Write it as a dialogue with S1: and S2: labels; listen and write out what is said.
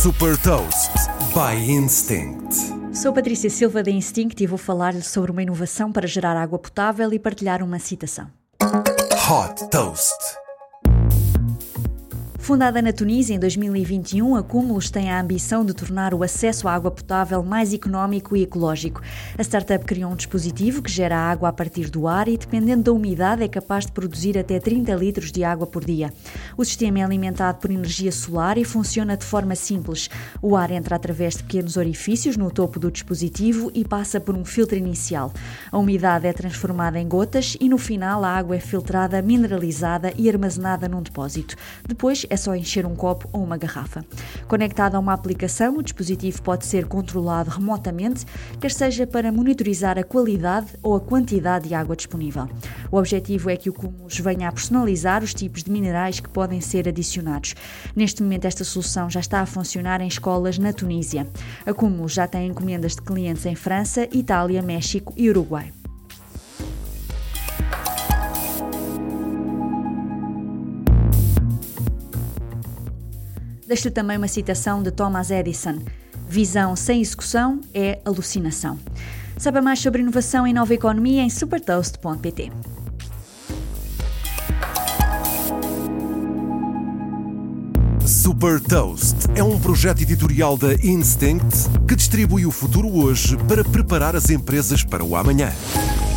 S1: Super Toast by Instinct.
S2: Sou Patrícia Silva da Instinct e vou falar-lhe sobre uma inovação para gerar água potável e partilhar uma citação.
S1: Hot Toast.
S2: Fundada na Tunísia em 2021, a Cumulus tem a ambição de tornar o acesso à água potável mais económico e ecológico. A startup criou um dispositivo que gera água a partir do ar e, dependendo da umidade, é capaz de produzir até 30 litros de água por dia. O sistema é alimentado por energia solar e funciona de forma simples. O ar entra através de pequenos orifícios no topo do dispositivo e passa por um filtro inicial. A umidade é transformada em gotas e, no final, a água é filtrada, mineralizada e armazenada num depósito. Depois, é só encher um copo ou uma garrafa. Conectado a uma aplicação, o dispositivo pode ser controlado remotamente, quer seja para monitorizar a qualidade ou a quantidade de água disponível. O objetivo é que o Cumulus venha a personalizar os tipos de minerais que podem ser adicionados. Neste momento, esta solução já está a funcionar em escolas na Tunísia. A Cumulus já tem encomendas de clientes em França, Itália, México e Uruguai. Deixo-lhe também uma citação de Thomas Edison. Visão sem execução é alucinação. Saiba mais sobre inovação e nova economia em supertoast.pt.
S1: Super Toast é um projeto editorial da Instinct que distribui o futuro hoje para preparar as empresas para o amanhã.